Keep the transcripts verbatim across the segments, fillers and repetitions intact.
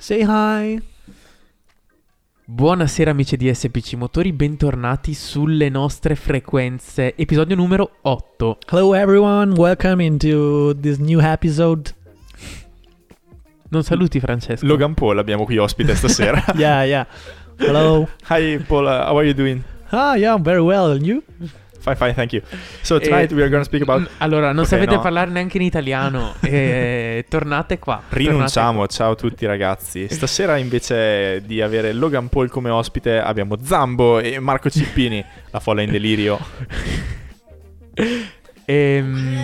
Say hi. Buonasera amici di S P C Motori, bentornati sulle nostre frequenze, episodio numero otto. Hello everyone, welcome into this new episode. Non saluti Francesco? Logan Paul abbiamo qui ospite stasera. Yeah, yeah. Hello. Hi Paul, uh, how are you doing? Ah, yeah, I'm very well. And you? Fine, fine, thank you. So tonight Eh, we are going to speak about... n- Allora, non Ok, sapete no. parlare neanche in italiano. eh, tornate qua. Rinunciamo, tornate ciao a tutti ragazzi. Stasera invece di avere Logan Paul come ospite abbiamo Zambo e Marco Cippini, la folla in delirio. qua. Ehm,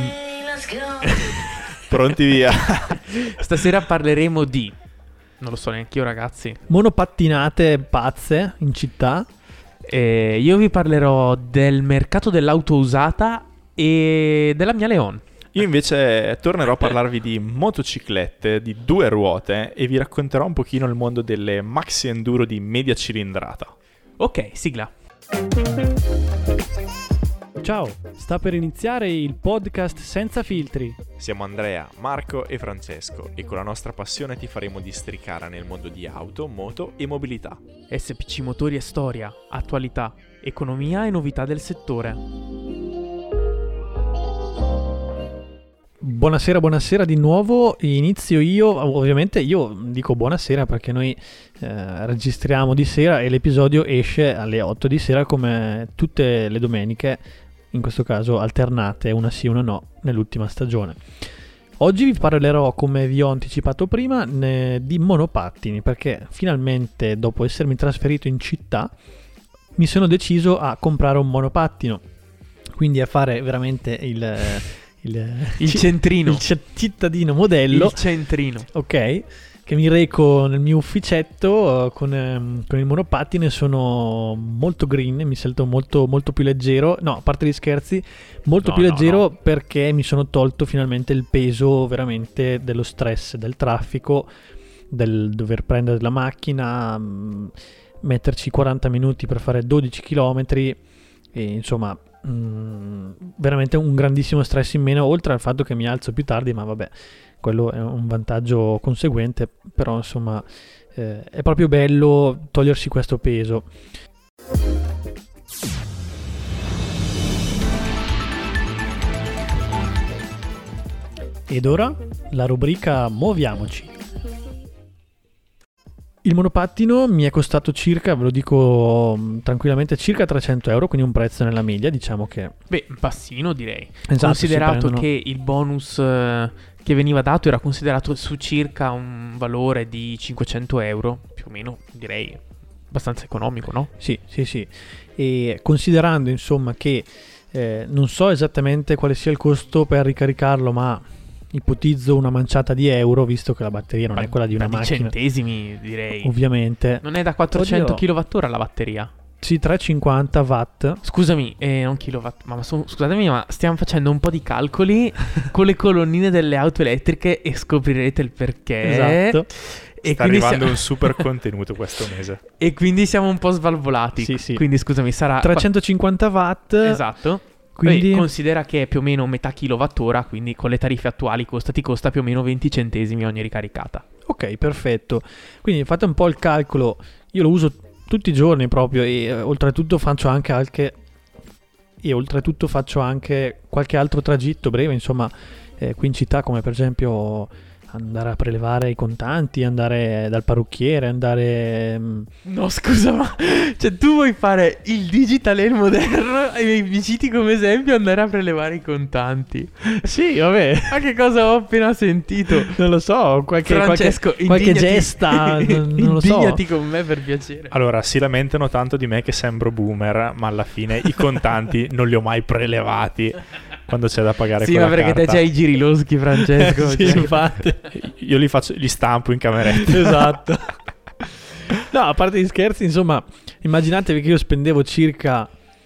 Pronti via. stasera parleremo di... Non lo so neanche io ragazzi. Monopattinate pazze in città. Eh, io vi parlerò del mercato dell'auto usata e della mia Leon. Io invece tornerò a parlarvi di motociclette di due ruote e vi racconterò un pochino il mondo delle maxi enduro di media cilindrata. Ok, sigla. Ciao, sta per iniziare il podcast senza filtri. Siamo Andrea, Marco e Francesco e con la nostra passione ti faremo districare nel mondo di auto, moto e mobilità. S P C Motori e storia, attualità, economia e novità del settore. Buonasera, buonasera di nuovo. Inizio io, ovviamente io dico buonasera perché noi eh, registriamo di sera e l'episodio esce alle otto di sera come tutte le domeniche, in questo caso alternate, una sì una no, nell'ultima stagione. Oggi vi parlerò, come vi ho anticipato prima, ne- di monopattini, perché finalmente dopo essermi trasferito in città mi sono deciso a comprare un monopattino, quindi a fare veramente il... Il, Il ci- centrino. il ci- cittadino modello, Il centrino. ok, che mi reco nel mio ufficetto eh, con, ehm, con il monopattino e sono molto green, mi sento molto, molto più leggero, no, a parte gli scherzi, molto No, più no, leggero no. perché mi sono tolto finalmente il peso veramente dello stress, del traffico, del dover prendere la macchina, mh, metterci quaranta minuti per fare dodici chilometri e insomma... Mm, veramente un grandissimo stress in meno, oltre al fatto che mi alzo più tardi, ma vabbè, quello è un vantaggio conseguente, però insomma eh, è proprio bello togliersi questo peso. Ed ora la rubrica Muoviamoci. Il monopattino mi è costato circa, ve lo dico mm, tranquillamente, circa trecento euro, quindi un prezzo nella media, diciamo che... Beh, bassino direi. Esatto, Considerato si prendono- che il bonus eh, che veniva dato era considerato su circa un valore di cinquecento euro, più o meno, direi abbastanza economico, no? Sì, sì, sì. E considerando insomma che eh, non so esattamente quale sia il costo per ricaricarlo, ma ipotizzo una manciata di euro, visto che la batteria non è quella di una Ma macchina, centesimi direi. ovviamente. Non è da quattrocento Oddio. kilowattora la batteria. Sì, trecentocinquanta watt. Scusami, eh, non kilowatt, ma, ma so- scusatemi, ma stiamo facendo un po' di calcoli con le colonnine delle auto elettriche e scoprirete il perché. Esatto. E Sta quindi, arrivando sia- un super contenuto questo mese. e quindi siamo un po' svalvolati. Sì, sì. Quindi scusami, sarà... trecentocinquanta watt. Esatto. Quindi Quindi considera che è più o meno metà kilowattora, quindi con le tariffe attuali costa, ti costa più o meno venti centesimi ogni ricaricata. ok, perfetto. Quindi fate un po' il calcolo. Io lo uso tutti i giorni proprio e eh, oltretutto faccio anche anche e oltretutto faccio anche qualche altro tragitto breve, insomma, eh, qui in città, come per esempio andare a prelevare i contanti, andare dal parrucchiere, andare mm, No, scusa, ma cioè tu vuoi fare il digital e il moderno e mi citi come esempio andare a prelevare i contanti. sì, vabbè, Ma che cosa ho appena sentito? non lo so, qualche Francesco, qualche, qualche indignati- gesta, non, non lo so. Indignati con me per piacere. Allora, si lamentano tanto di me che sembro boomer, ma alla fine i contanti non li ho mai prelevati quando c'è da pagare Sì, con ma la perché te carta. c'hai i giri loschi, Francesco. Sì, cioè. infatti. Io li faccio, li stampo in cameretta. Esatto. No, a parte gli scherzi, insomma, immaginatevi che io spendevo circa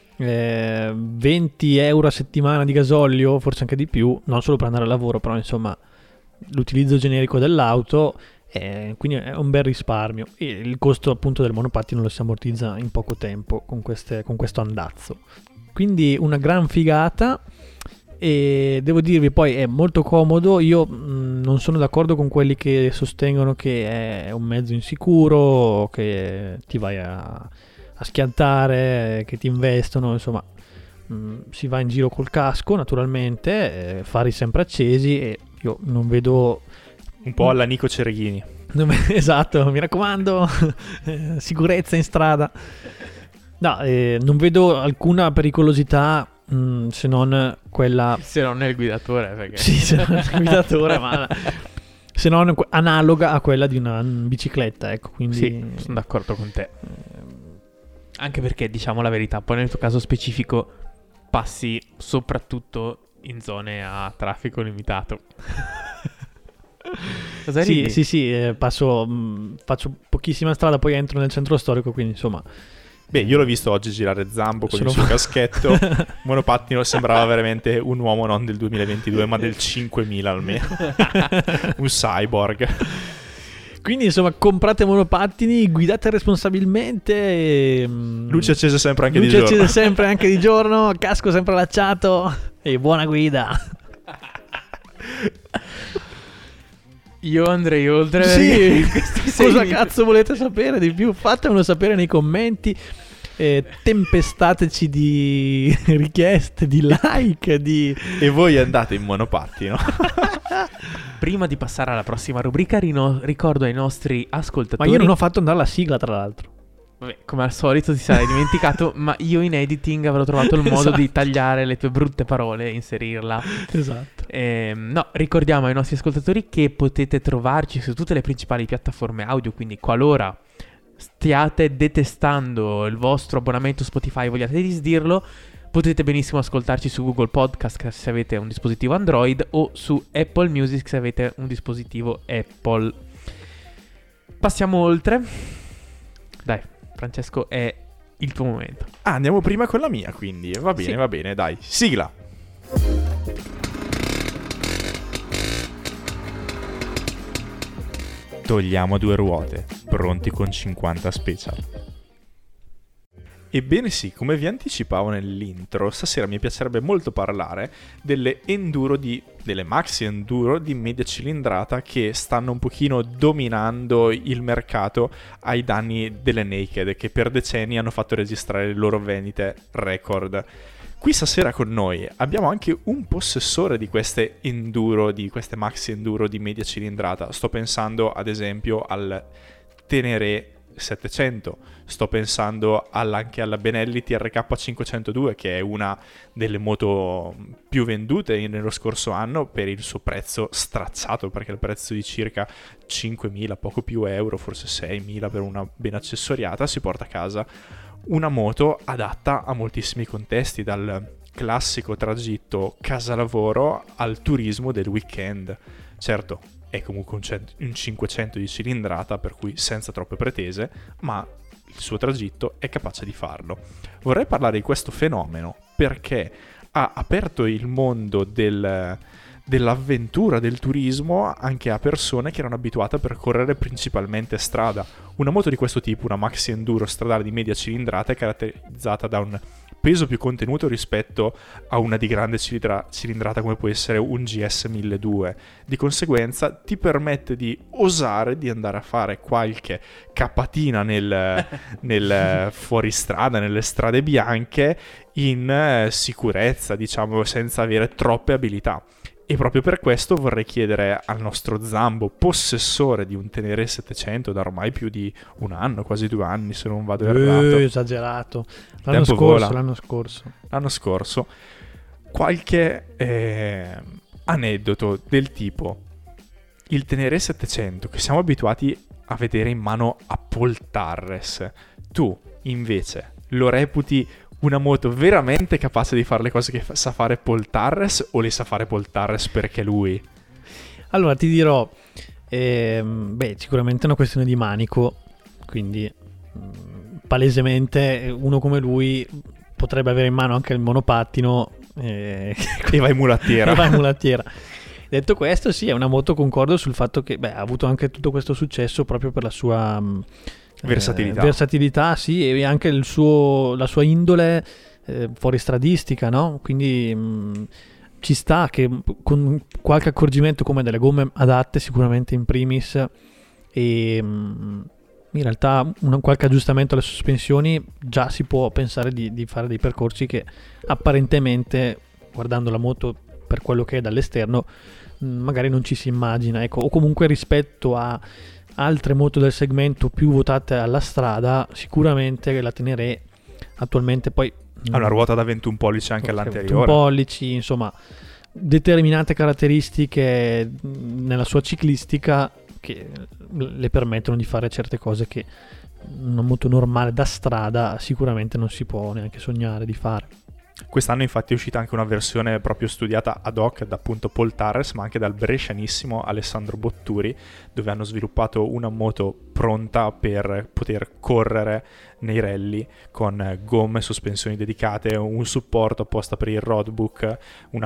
eh, venti euro a settimana di gasolio, forse anche di più, non solo per andare al lavoro, però insomma l'utilizzo generico dell'auto, eh, quindi è un bel risparmio e il costo appunto del monopattino lo si ammortizza in poco tempo con, queste, con questo andazzo. Quindi una gran figata. E devo dirvi poi è molto comodo. Io mh, non sono d'accordo con quelli che sostengono che è un mezzo insicuro, che ti vai a, a schiantare, che ti investono, insomma. Mm, si va in giro col casco naturalmente, eh, fari sempre accesi, e io non vedo un po' alla Nico Cereghini. Esatto, mi raccomando, eh, sicurezza in strada. No, eh, non vedo alcuna pericolosità, mh, se non quella, se non è il guidatore, perché sì, se non è il guidatore, ma se non analoga a quella di una bicicletta, ecco, quindi sì, sono d'accordo con te. Anche perché, diciamo la verità, poi nel tuo caso specifico passi soprattutto in zone a traffico limitato. Cosa sì, ridi? sì, sì, eh, passo, mh, faccio pochissima strada, poi entro nel centro storico, quindi insomma. Beh, io l'ho visto oggi girare Zambo con Sono- il suo caschetto, monopattino, sembrava veramente un uomo non del duemilaventidue, ma del cinquemila almeno. Un cyborg. Quindi insomma, comprate monopattini, guidate responsabilmente. E, mh, Luce accese sempre anche luce di giorno. accese sempre anche di giorno, casco sempre allacciato e buona guida. Io andrei oltre. Sì, Questi cosa segni- cazzo volete sapere di più? Fatemelo sapere nei commenti. Eh, tempestateci di richieste, di like, di... E voi andate in monopattino. Prima di passare alla prossima rubrica, rino- ricordo ai nostri Ma ascoltatori. io non ho fatto andare la sigla, tra l'altro. Vabbè, come al solito ti sarai dimenticato, ma io in editing avrò trovato il modo Esatto. di tagliare le tue brutte parole e inserirla. Esatto. Ehm, no, ricordiamo ai nostri ascoltatori che potete trovarci su tutte le principali piattaforme audio, quindi qualora stiate detestando il vostro abbonamento Spotify e vogliate disdirlo, potete benissimo ascoltarci su Google Podcast se avete un dispositivo Android o su Apple Music se avete un dispositivo Apple. Passiamo oltre. Dai, Francesco, è il tuo momento. Ah, andiamo prima con la mia, quindi. Va bene, Sì. va bene, dai. Sigla. Togliamo due ruote, pronti con cinquanta special. Ebbene sì, come vi anticipavo nell'intro, stasera mi piacerebbe molto parlare delle enduro di, delle maxi enduro di media cilindrata che stanno un pochino dominando il mercato ai danni delle naked, che per decenni hanno fatto registrare le loro vendite record. Qui stasera con noi abbiamo anche un possessore di queste enduro, di queste maxi enduro di media cilindrata. Sto pensando ad esempio al Tenere settecento, sto pensando alla, anche alla Benelli T R K cinquecentodue, che è una delle moto più vendute nello scorso anno per il suo prezzo stracciato, perché il prezzo di circa cinquemila, poco più euro, forse seimila per una ben accessoriata, si porta a casa una moto adatta a moltissimi contesti, dal classico tragitto casa-lavoro al turismo del weekend. Certo, è comunque un, cent- un cinquecento di cilindrata, per cui senza troppe pretese, ma il suo tragitto è capace di farlo. Vorrei parlare di questo fenomeno perché ha aperto il mondo del, dell'avventura, del turismo, anche a persone che erano abituate a percorrere principalmente strada. Una moto di questo tipo, una maxi enduro stradale di media cilindrata, è caratterizzata da un peso più contenuto rispetto a una di grande cilindra- cilindrata come può essere un G S milleduecento. Di conseguenza ti permette di osare di andare a fare qualche capatina nel, nel fuoristrada, nelle strade bianche, in eh, sicurezza, diciamo, senza avere troppe abilità. E proprio per questo vorrei chiedere al nostro Zambo, possessore di un Tenere settecento da ormai più di un anno, quasi due anni se non vado errato. Eh, esagerato. L'anno Tempo scorso, vola. l'anno scorso. L'anno scorso, qualche eh, aneddoto del tipo: il Tenere settecento che siamo abituati a vedere in mano a Paul Tarres, tu invece lo reputi una moto veramente capace di fare le cose che fa- sa fare Paul Tarres, o le sa fare Paul Tarres perché lui? Allora ti dirò, ehm, beh, sicuramente è una questione di manico, quindi mh, palesemente uno come lui potrebbe avere in mano anche il monopattino eh, E vai mulattiera. e va in mulattiera. Detto questo, sì, è una moto, concordo sul fatto che beh, ha avuto anche tutto questo successo proprio per la sua mh, Versatilità. eh, versatilità, sì, e anche il suo, la sua indole eh, fuoristradistica, no? Quindi mh, ci sta che con qualche accorgimento come delle gomme adatte sicuramente in primis e in realtà un, qualche aggiustamento alle sospensioni già si può pensare di, di fare dei percorsi che apparentemente, guardando la moto per quello che è dall'esterno, magari non ci si immagina, ecco. O comunque rispetto a altre moto del segmento più votate alla strada, sicuramente la Tenere attualmente poi ha una ruota da ventuno pollici anche all'anteriore, ventuno pollici, insomma determinate caratteristiche nella sua ciclistica che le permettono di fare certe cose che una moto normale da strada sicuramente non si può neanche sognare di fare. Quest'anno infatti è uscita anche una versione proprio studiata ad hoc da appunto Paul Tarres, ma anche dal brescianissimo Alessandro Botturi, dove hanno sviluppato una moto pronta per poter correre nei rally con gomme, sospensioni dedicate, un supporto apposta per il roadbook,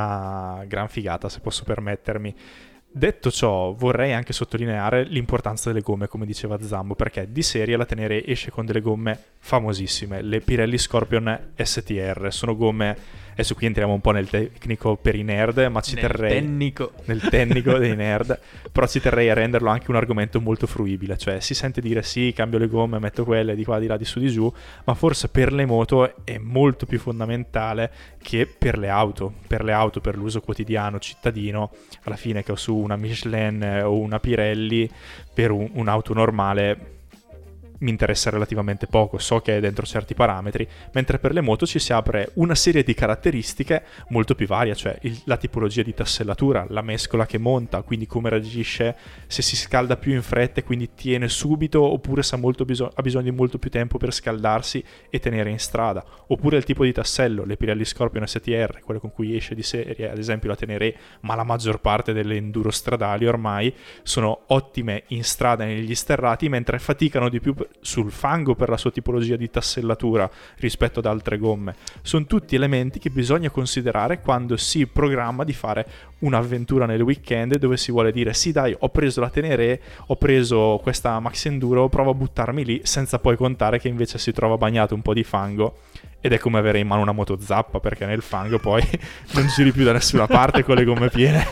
una gran figata se posso permettermi. Detto ciò, vorrei anche sottolineare l'importanza delle gomme, come diceva Zambo, perché di serie la Tenere esce con delle gomme famosissime, le Pirelli Scorpion S T R. Sono gomme, adesso qui entriamo un po' nel tecnico per i nerd, ma ci nel terrei tecnico. nel tecnico dei nerd, però ci terrei a renderlo anche un argomento molto fruibile, cioè si sente dire sì, cambio le gomme, metto quelle di qua, di là, di su, di giù, ma forse per le moto è molto più fondamentale che per le auto, per le auto, per l'uso quotidiano cittadino. Alla fine che ho su una Michelin o una Pirelli, per un, un'auto normale mi interessa relativamente poco, so che è dentro certi parametri, mentre per le moto ci si apre una serie di caratteristiche molto più varie, cioè il, la tipologia di tassellatura, la mescola che monta, quindi come reagisce, se si scalda più in fretta e quindi tiene subito, oppure se ha, molto biso- ha bisogno di molto più tempo per scaldarsi e tenere in strada, oppure il tipo di tassello, le Pirelli Scorpion S T R, quelle con cui esce di serie, ad esempio la Tenere, ma la maggior parte delle enduro stradali ormai sono ottime in strada negli sterrati, mentre faticano di più sul fango per la sua tipologia di tassellatura rispetto ad altre gomme. Sono tutti elementi che bisogna considerare quando si programma di fare un'avventura nel weekend, dove si vuole dire sì dai, ho preso la Tenere, ho preso questa Max Enduro, provo a buttarmi lì, senza poi contare che invece si trova bagnato un po' di fango ed è come avere in mano una moto zappa, perché nel fango poi non giri più da nessuna parte con le gomme piene.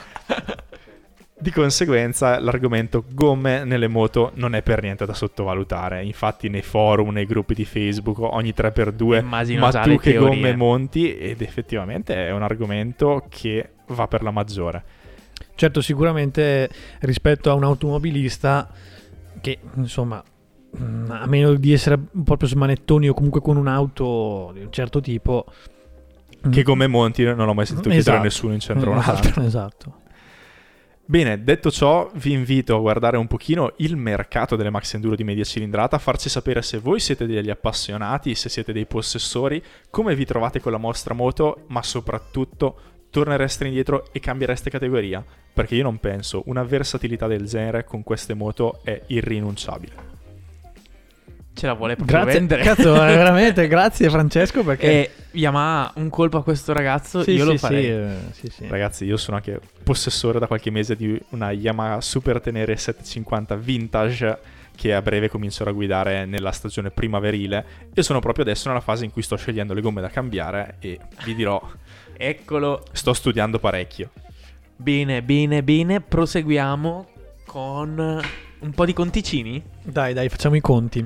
Di conseguenza l'argomento gomme nelle moto non è per niente da sottovalutare. Infatti nei forum, nei gruppi di Facebook, ogni tre per due Immagino ma già tu le che teorie. gomme monti, ed effettivamente è un argomento che va per la maggiore. Certo, sicuramente rispetto a un automobilista che insomma, a meno di essere proprio smanettoni o comunque con un'auto di un certo tipo, Che gomme monti non ho mai sentito esatto, chiedere a nessuno in centro a un altro. esatto, esatto. Bene, detto ciò, vi invito a guardare un pochino il mercato delle Max Enduro di media cilindrata, a farci sapere se voi siete degli appassionati, se siete dei possessori, come vi trovate con la vostra moto, ma soprattutto tornereste indietro e cambiereste categoria, perché io non penso, una versatilità del genere con queste moto è irrinunciabile. Ce la vuole proprio Grazie, vendere. cazzo, eh, veramente, grazie Francesco, perché E Yamaha, un colpo a questo ragazzo, sì, io sì, lo farei. sì, eh, sì, sì. Ragazzi, io sono anche possessore da qualche mese di una Yamaha Super Tenere settecentocinquanta Vintage, che a breve comincerò a guidare nella stagione primaverile, e sono proprio adesso nella fase in cui sto scegliendo le gomme da cambiare e vi dirò, Eccolo. sto studiando parecchio. Bene, bene, bene. Proseguiamo con un po' di conticini. Dai, dai, facciamo i conti.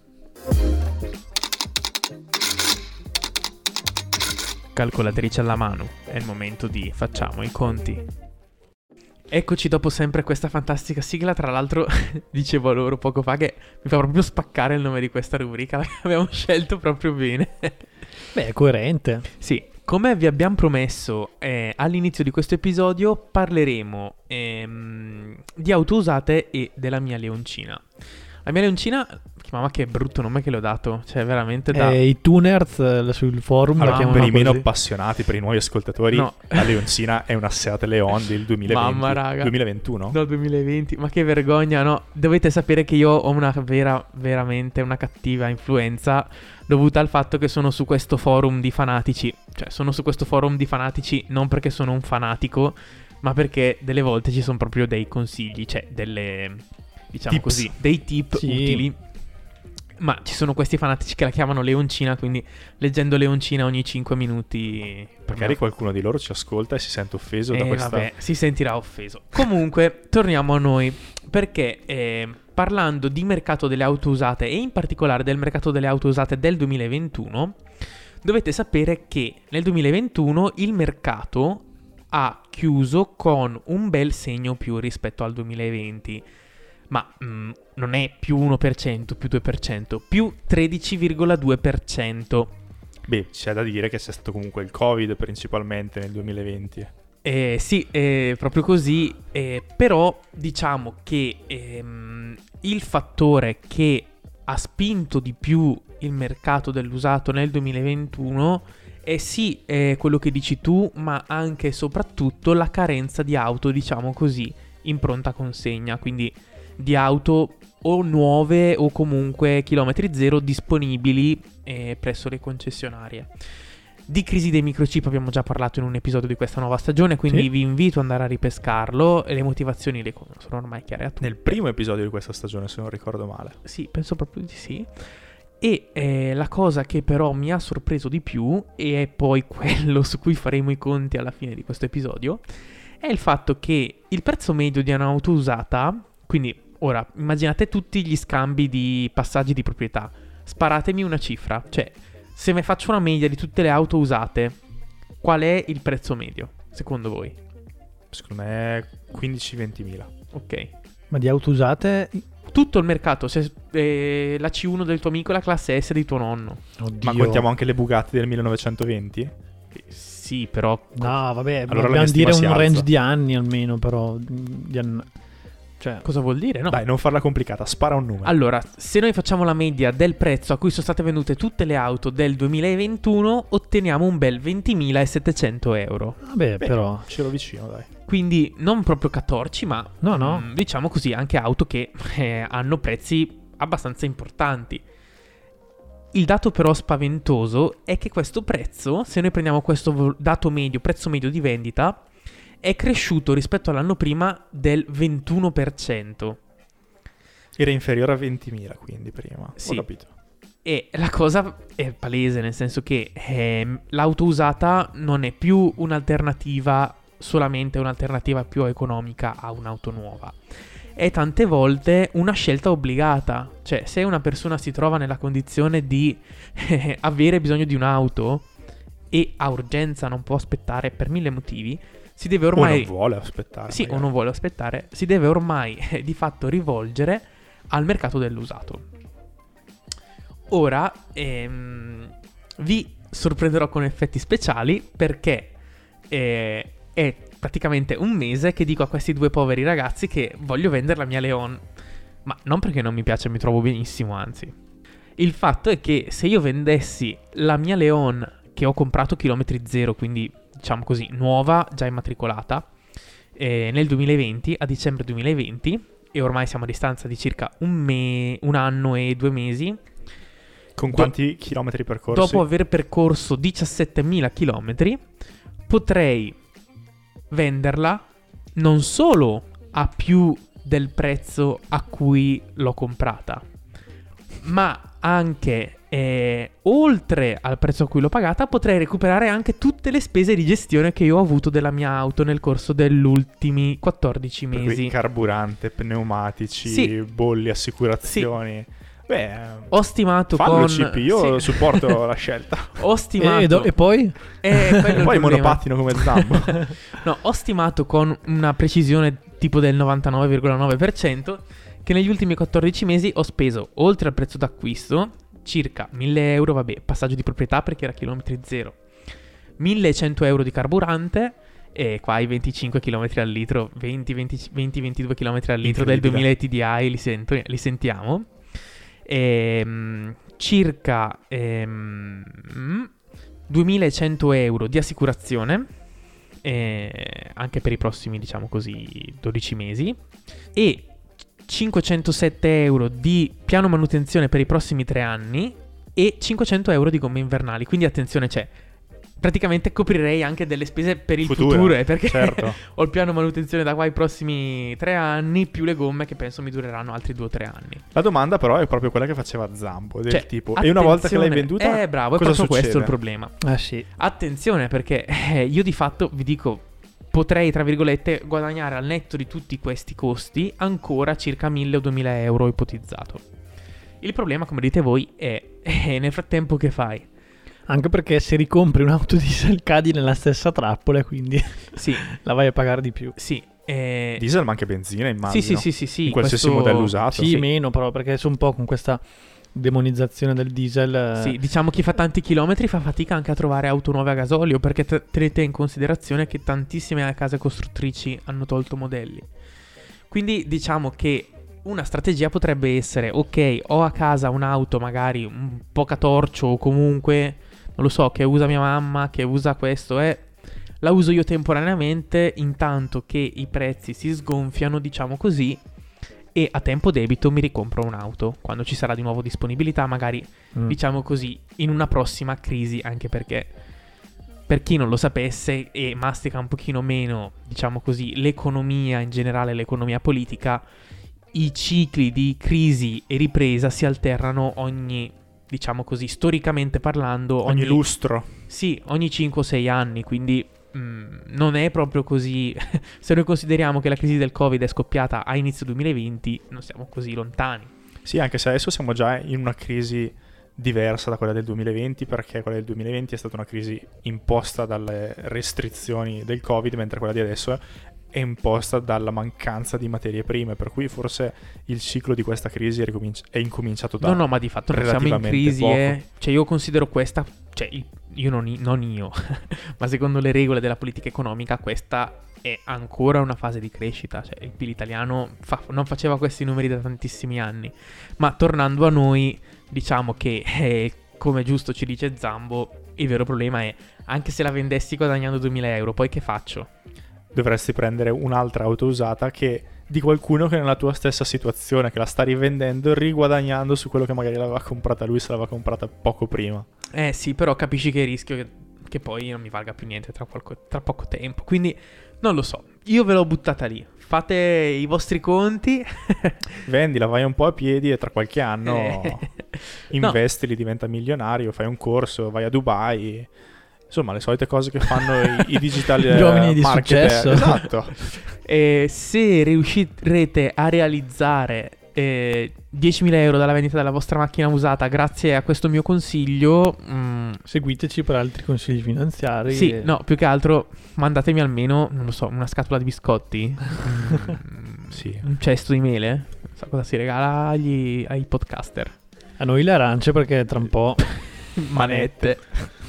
Calcolatrice alla mano, è il momento di facciamo i conti. Eccoci dopo sempre questa fantastica sigla. Tra l'altro dicevo loro poco fa che mi fa proprio spaccare il nome di questa rubrica. L'abbiamo scelto proprio bene. Beh, è coerente. Sì, come vi abbiamo promesso eh, all'inizio di questo episodio, parleremo ehm, di auto usate e della mia Leoncina. La mia Leoncina, mamma che brutto nome che le ho dato, cioè veramente da... Eh, I tuners eh, sul forum Allora, la per chiamano i meno così. appassionati, per i nuovi ascoltatori, No. la Leoncina è una Seat Leon del duemilaventi. Mamma, raga. duemilaventuno? No, duemilaventi, ma che vergogna, no. Dovete sapere che io ho una vera, veramente una cattiva influenza dovuta al fatto che sono su questo forum di fanatici. Cioè, sono su questo forum di fanatici non perché sono un fanatico, ma perché delle volte ci sono proprio dei consigli, cioè delle, diciamo Tips. così, dei tip Sì. utili ma ci sono questi fanatici che la chiamano leoncina, quindi leggendo leoncina ogni cinque minuti... Magari qualcuno di loro ci ascolta e si sente offeso da Eh, questa... vabbè, si sentirà offeso. Comunque, torniamo a noi, perché eh, parlando di mercato delle auto usate e in particolare del mercato delle auto usate del duemilaventuno, dovete sapere che nel duemilaventuno il mercato ha chiuso con un bel segno più rispetto al duemilaventi. Ma mh, non è più uno per cento, più due per cento, più tredici virgola due per cento. Beh, c'è da dire che c'è stato comunque il Covid principalmente nel duemilaventi. Eh, sì, è proprio così, eh, però diciamo che ehm, il fattore che ha spinto di più il mercato dell'usato nel duemilaventuno è sì è quello che dici tu, ma anche e soprattutto la carenza di auto, diciamo così, in pronta consegna, quindi di auto o nuove o comunque chilometri zero disponibili eh, presso le concessionarie. Di crisi dei microchip abbiamo già parlato in un episodio di questa nuova stagione, quindi Sì. vi invito ad andare a ripescarlo e le motivazioni le sono ormai chiare a tutti. Nel primo episodio di questa stagione, se non ricordo male. Sì, penso proprio di sì. E eh, la cosa che però mi ha sorpreso di più, e è poi quello su cui faremo i conti alla fine di questo episodio, è il fatto che il prezzo medio di un'auto usata, quindi ora immaginate tutti gli scambi di passaggi di proprietà, sparatemi una cifra, cioè se mi faccio una media di tutte le auto usate, qual è il prezzo medio, secondo voi? Secondo me quindici venti mila. Ok. Ma di auto usate? Tutto il mercato, se, eh, la C uno del tuo amico e la classe S di tuo nonno. Oddio. Ma contiamo anche le Bugatti del millenovecentoventi? Eh, sì, però... No, vabbè, Allora la dobbiamo mia stima dire si un alza. range di anni almeno, però. Di anni... Cioè, Cosa vuol dire? No. Dai, non farla complicata, spara un numero. Allora, se noi facciamo la media del prezzo a cui sono state vendute tutte le auto del duemilaventuno, otteniamo un bel ventimilasettecento euro. vabbè, Beh, però. c'ero vicino, dai. Quindi non proprio catorci, ma No, no. mm, diciamo così, anche auto che eh, hanno prezzi abbastanza importanti. Il dato però spaventoso è che questo prezzo, se noi prendiamo questo vo- dato medio, prezzo medio di vendita, è cresciuto rispetto all'anno prima del ventuno per cento. Era inferiore a ventimila, quindi prima. Sì. Ho capito. E la cosa è palese, nel senso che ehm, l'auto usata non è più un'alternativa, solamente un'alternativa più economica a un'auto nuova. È tante volte una scelta obbligata. Cioè, se una persona si trova nella condizione di eh, avere bisogno di un'auto e ha urgenza, non può aspettare per mille motivi, si deve ormai... O non vuole aspettare. Sì, magari. o non vuole aspettare, si deve ormai eh, di fatto rivolgere al mercato dell'usato. Ora ehm, vi sorprenderò con effetti speciali perché eh, è praticamente un mese che dico a questi due poveri ragazzi che voglio vendere la mia Leon. Ma non perché non mi piace, mi trovo benissimo, anzi. Il fatto è che se io vendessi la mia Leon che ho comprato chilometri zero, quindi diciamo così, nuova, già immatricolata, eh, nel duemilaventi, a dicembre duemilaventi, e ormai siamo a distanza di circa un, me- un anno e due mesi. Con Do- quanti chilometri percorsi? Dopo aver percorso diciassettemila chilometri, potrei venderla non solo a più del prezzo a cui l'ho comprata, ma anche eh, oltre al prezzo a cui l'ho pagata, potrei recuperare anche tutte le spese di gestione che io ho avuto della mia auto nel corso degli ultimi quattordici Per mesi. cui carburante, pneumatici, Sì. bolli, assicurazioni. Beh, Ho stimato fallo con Chip, io sì. supporto la scelta. Ho stimato E, do- e poi? Eh, quello è il Poi problema. monopattino come Zambo. No, ho stimato con una precisione tipo del novantanove virgola nove per cento che negli ultimi quattordici mesi ho speso, oltre al prezzo d'acquisto, circa mille euro, vabbè, passaggio di proprietà perché era chilometri zero, millecento euro di carburante, e qua i venticinque chilometri al litro, venti ventidue chilometri al litro del Incredibile. duemila T D I, li, sento, li sentiamo, ehm, circa ehm, duemilacento euro di assicurazione, eh, anche per i prossimi, diciamo così, dodici mesi, e cinquecentosette euro di piano manutenzione per i prossimi tre anni e cinquecento euro di gomme invernali. Quindi attenzione, c'è praticamente coprirei anche delle spese per il Future, futuro, eh, perché certo. ho il piano manutenzione da qua ai prossimi tre anni, più le gomme che penso mi dureranno altri due o tre anni. La domanda però è proprio quella che faceva Zambo, del Cioè, tipo, e una volta che l'hai venduta, eh bravo, è cosa proprio succede? questo il problema. Eh sì. Attenzione, perché eh, io di fatto vi dico, potrei tra virgolette guadagnare al netto di tutti questi costi ancora circa mille o duemila euro ipotizzato. Il problema, come dite voi, è eh, nel frattempo che fai? Anche perché se ricompri un'auto diesel cadi nella stessa trappola, quindi Sì, la vai a pagare di più. sì. Eh... Diesel ma anche benzina, immagino. Sì, sì, sì, sì, sì. In qualsiasi questo... modello usato. Sì, meno però, perché adesso un po' con questa demonizzazione del diesel. eh, Sì, diciamo chi fa tanti chilometri fa fatica anche a trovare auto nuove a gasolio, perché te- tenete in considerazione che tantissime case costruttrici hanno tolto modelli. Quindi diciamo che una strategia potrebbe essere: ok, ho a casa un'auto magari un po' catorcio o comunque, non lo so, che usa mia mamma, che usa questo, eh, la uso io temporaneamente intanto che i prezzi si sgonfiano, diciamo così, e a tempo debito mi ricompro un'auto quando ci sarà di nuovo disponibilità, magari mm. diciamo così, in una prossima crisi, anche perché per chi non lo sapesse e mastica un pochino meno, diciamo così, l'economia in generale, l'economia politica, i cicli di crisi e ripresa si alternano ogni, diciamo così, storicamente parlando, Ogni ogni, lustro. sì, ogni cinque o sei anni, quindi mh, non è proprio così. Se noi consideriamo che la crisi del Covid è scoppiata a inizio duemilaventi, non siamo così lontani. Sì, anche se adesso siamo già in una crisi diversa da quella del duemilaventi, perché quella del duemilaventi è stata una crisi imposta dalle restrizioni del Covid, mentre quella di adesso è imposta dalla mancanza di materie prime, per cui forse il ciclo di questa crisi è, ricominci- è incominciato da No, no, ma di fatto non siamo in relativamente crisi, poco. eh. Cioè io considero questa, cioè il- io non, i- non io, ma secondo le regole della politica economica questa è ancora una fase di crescita. Cioè il P I L italiano fa- non faceva questi numeri da tantissimi anni. Ma tornando a noi, diciamo che eh, come giusto ci dice Zambo, il vero problema è: anche se la vendessi guadagnando duemila euro, poi che faccio? Dovresti prendere un'altra auto usata che di qualcuno che è nella tua stessa situazione, che la sta rivendendo, riguadagnando su quello che magari l'aveva comprata lui se l'aveva comprata poco prima. Eh sì, però capisci che rischio che, che poi non mi valga più niente tra, qualco- tra poco tempo. Quindi non lo so, io ve l'ho buttata lì. Fate i vostri conti. Vendila, vai un po' a piedi e tra qualche anno Eh. investili, diventa milionario, fai un corso, vai a Dubai. Insomma, le solite cose che fanno i, i digital Gli uomini di marketer. successo. Esatto. E se riuscirete a realizzare eh, diecimila euro dalla vendita della vostra macchina usata grazie a questo mio consiglio, mm, Seguiteci per altri consigli finanziari. sì, e- no, più che altro mandatemi almeno, non lo so, una scatola di biscotti, mm, Sì. un cesto di mele, non so cosa si regala agli, ai podcaster. A noi le arance, perché tra un po'... Manette.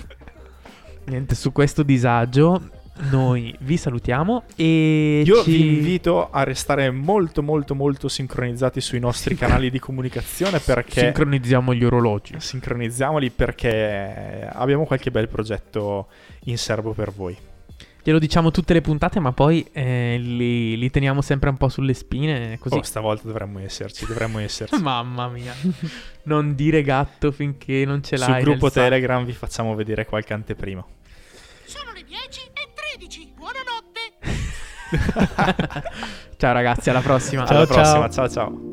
Niente, su questo disagio noi vi salutiamo e Io ci... vi invito a restare molto molto molto sincronizzati sui nostri canali di comunicazione, perché sincronizziamo gli orologi. sincronizziamoli, perché abbiamo qualche bel progetto in serbo per voi. Glielo diciamo tutte le puntate, ma poi eh, li, li teniamo sempre un po' sulle spine, così. Oh, stavolta dovremmo esserci, dovremmo esserci. Mamma mia. Non dire gatto finché non ce Sul l'hai gruppo nel sacco. Telegram vi facciamo vedere qualche anteprima. Sono le dieci e tredici. Buonanotte. Ciao ragazzi, alla prossima. Ciao, Alla ciao. prossima, ciao ciao.